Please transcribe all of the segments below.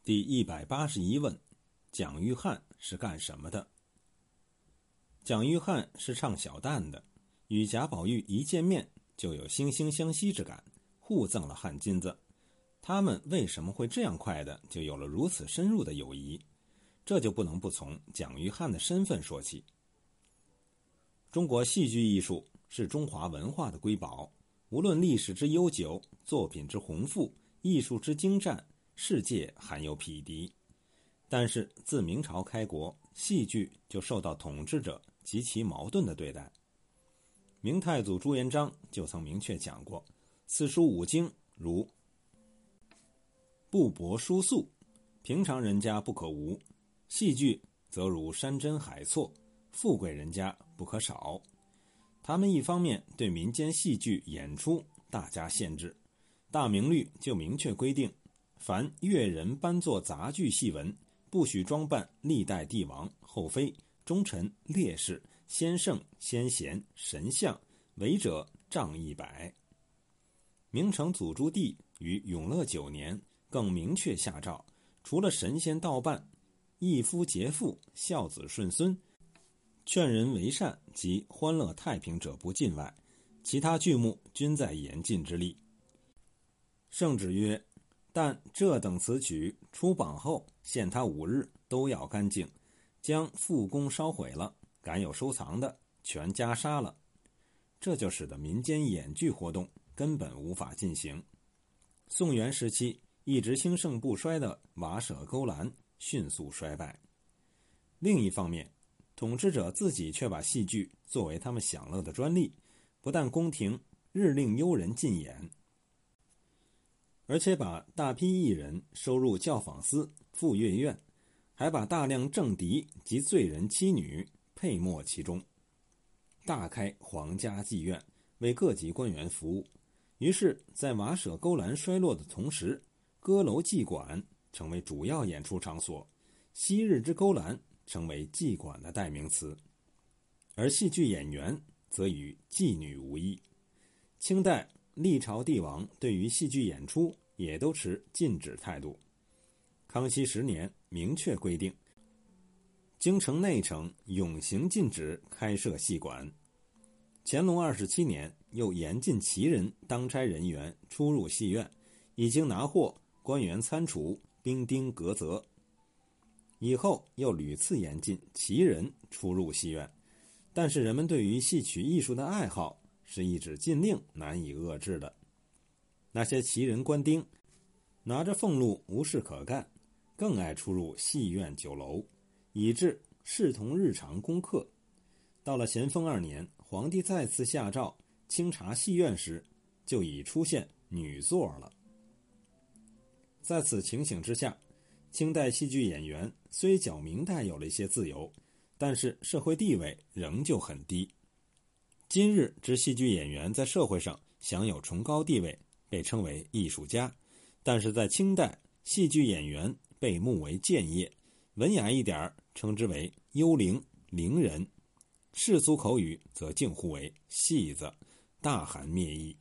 第181问：蒋玉菡是干什么的？蒋玉菡是唱小旦的，与贾宝玉一见面就有惺惺相惜之感，互赠了汗金子。他们为什么会这样快的就有了如此深入的友谊？这就不能不从蒋玉菡的身份说起。中国戏剧艺术是中华文化的瑰宝，无论历史之悠久，作品之宏富，艺术之精湛，世界罕有匹敌。但是自明朝开国，戏剧就受到统治者极其矛盾的对待。明太祖朱元璋就曾明确讲过，四书五经如布帛书素，平常人家不可无，戏剧则如山珍海错，富贵人家不可少。他们一方面对民间戏剧演出大加限制，大明律就明确规定，凡乐人搬作杂剧戏文，不许装扮历代帝王、后妃、忠臣、烈士、先圣、先贤、神像，违者杖100。明成祖朱棣于永乐9年更明确下诏，除了神仙道伴、义夫杰妇、孝子顺孙、劝人为善及欢乐太平者不进外，其他剧目均在严禁之列。圣旨曰：但这等词曲出榜后，限他5日都要干净，将复工烧毁了，敢有收藏的，全加杀了。这就使得民间演剧活动根本无法进行。宋元时期一直兴盛不衰的瓦舍勾栏迅速衰败。另一方面，统治者自己却把戏剧作为他们享乐的专利，不但宫廷日令幽人禁演，而且把大批艺人收入教坊司、傅乐院，还把大量政敌及罪人妻女配没其中，大开皇家妓院，为各级官员服务。于是在瓦舍勾栏衰落的同时，歌楼妓馆成为主要演出场所，昔日之勾栏成为妓馆的代名词，而戏剧演员则与妓女无异。清代历朝帝王对于戏剧演出也都持禁止态度。康熙10年明确规定，京城内城永行禁止开设戏馆。乾隆27年又严禁旗人当差人员出入戏院，已经拿获，官员参处，兵丁革责。以后又屡次严禁旗人出入戏院，但是人们对于戏曲艺术的爱好是一纸禁令难以遏制的。那些旗人官丁拿着俸禄无事可干，更爱出入戏院酒楼，以致视同日常功课。到了咸丰2年，皇帝再次下诏清查戏院时，就已出现女座了。在此情形之下，清代戏剧演员虽较明代有了一些自由，但是社会地位仍旧很低。今日之戏剧演员在社会上享有崇高地位，被称为艺术家，但是在清代，戏剧演员被目为贱业，文雅一点称之为幽灵、伶人，世俗口语则竟呼为戏子，大含灭义。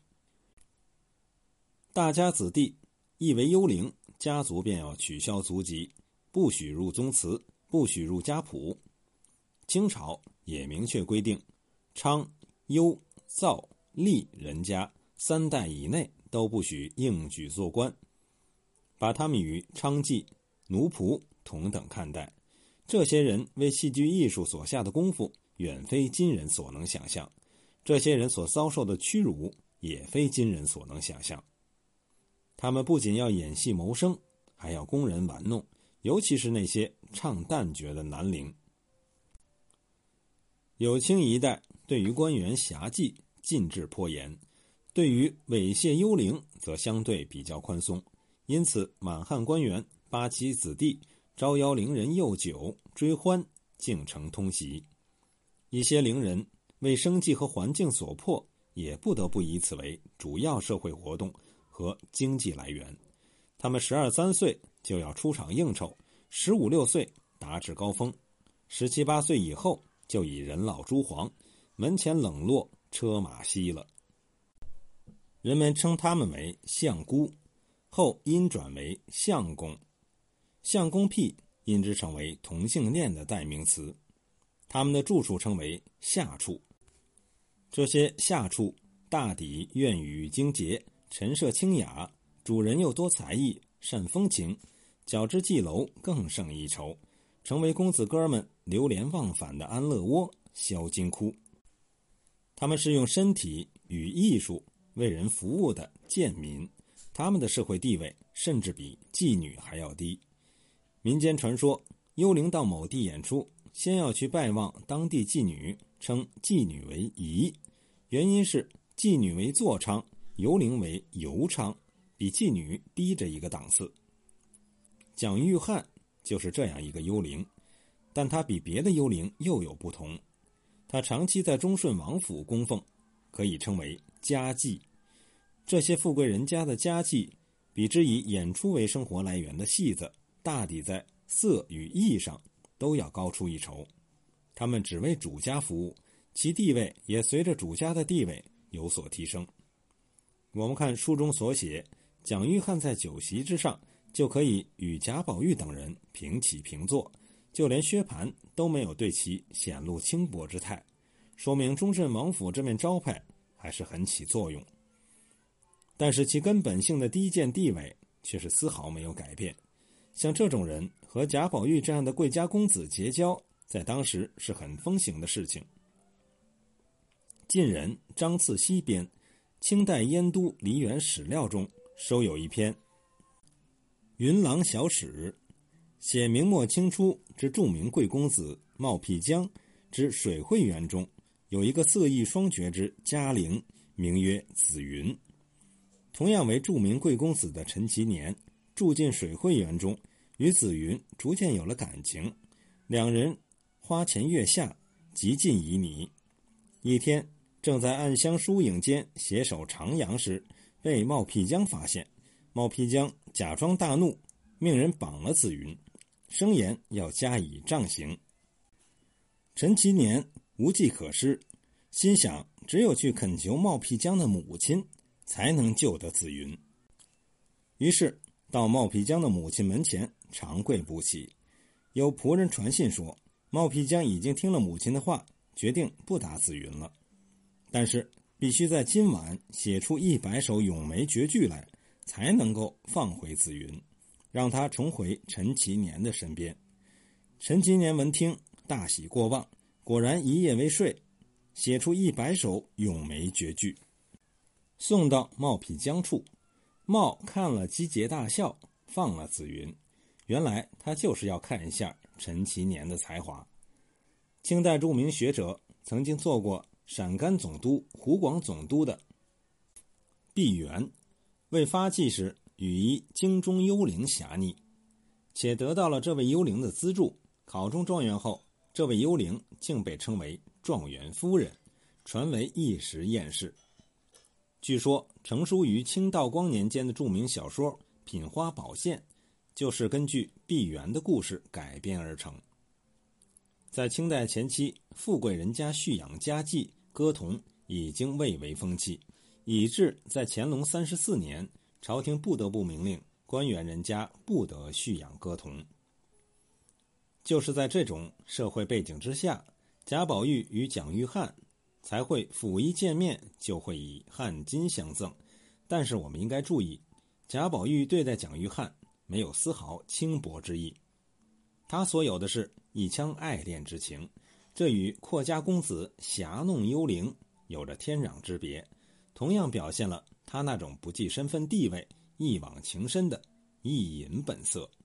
大家子弟亦为幽灵，家族便要取消族籍，不许入宗祠，不许入家谱。清朝也明确规定，昌、幽、造、吏人家3代以内都不许应举做官，把他们与娼妓、奴仆同等看待。这些人为戏剧艺术所下的功夫远非今人所能想象，这些人所遭受的屈辱也非今人所能想象。他们不仅要演戏谋生，还要供人玩弄，尤其是那些唱旦角的男伶。有清一代对于官员侠妓禁制颇严，对于猥亵幽灵则相对比较宽松，因此满汉官员巴其子弟招邀伶人诱酒追欢，竟成通习。一些伶人为生计和环境所迫，也不得不以此为主要社会活动和经济来源。他们12、13岁就要出场应酬，15、16岁达至高峰，17、18岁以后就已人老珠黄，门前冷落，车马稀了。人们称他们为相姑，后因转为相公。 相公癖因之成为同性恋的代名词。他们的住处称为下处。这些下处大抵愿语精洁，陈设清雅，主人又多才艺，善风情，较之妓楼更胜一筹，成为公子哥们流连忘返的安乐窝、销金窟。他们是用身体与艺术为人服务的贱民，他们的社会地位甚至比妓女还要低。民间传说，幽灵到某地演出，先要去拜望当地妓女，称妓女为姨，原因是妓女为坐娼，幽灵为游娼，比妓女低着一个档次。蒋玉菡就是这样一个幽灵，但他比别的幽灵又有不同。他长期在忠顺王府供奉，可以称为家妓。这些富贵人家的家妓，比之以演出为生活来源的戏子，大抵在色与艺上都要高出一筹。他们只为主家服务，其地位也随着主家的地位有所提升。我们看书中所写，蒋玉菡在酒席之上就可以与贾宝玉等人平起平坐，就连薛蟠都没有对其显露轻薄之态，说明忠顺王府这面招牌还是很起作用。但是其根本性的低贱地位却是丝毫没有改变。像这种人和贾宝玉这样的贵家公子结交，在当时是很风行的事情。晋人张次溪编《清代燕都梨园史料》中收有一篇《云郎小史》，写明末清初之著名贵公子冒辟疆之水慧园中有一个色艺双绝之嘉陵，名曰紫云。同样为著名贵公子的陈其年住进水慧园中，与紫云逐渐有了感情，两人花前月下，极尽旖旎。一天正在暗香疏影间携手徜徉时，被冒辟疆发现。冒辟疆假装大怒，命人绑了紫云，声言要加以杖刑。陈其年无计可施，心想只有去恳求冒辟疆的母亲，才能救得紫云。于是到冒辟疆的母亲门前长跪不起。有仆人传信说，冒辟疆已经听了母亲的话，决定不打紫云了，但是必须在今晚写出100首咏梅绝句来，才能够放回紫云，让他重回陈其年的身边。陈其年闻听大喜过望，果然一夜未睡，写出100首咏梅绝句，送到冒辟疆处。冒看了击节大笑，放了紫云。原来他就是要看一下陈其年的才华。清代著名学者曾经做过陕甘总督、湖广总督的毕沅，为发迹时与一京中幽灵侠逆，且得到了这位幽灵的资助。考中状元后，这位幽灵竟被称为状元夫人，传为一时谚事。据说成书于清道光年间的著名小说《品花宝献》就是根据毕沅的故事改编而成。在清代前期，富贵人家蓄养家妓、歌童已经蔚为风气，以致在乾隆34年，朝廷不得不明令官员人家不得蓄养歌童。就是在这种社会背景之下，贾宝玉与蒋玉菡才会甫一见面就会以汗巾相赠。但是我们应该注意，贾宝玉对待蒋玉菡没有丝毫轻薄之意，他所有的是一腔爱恋之情，这与阔家公子侠弄幽灵有着天壤之别，同样表现了他那种不计身份地位、一往情深的意淫本色。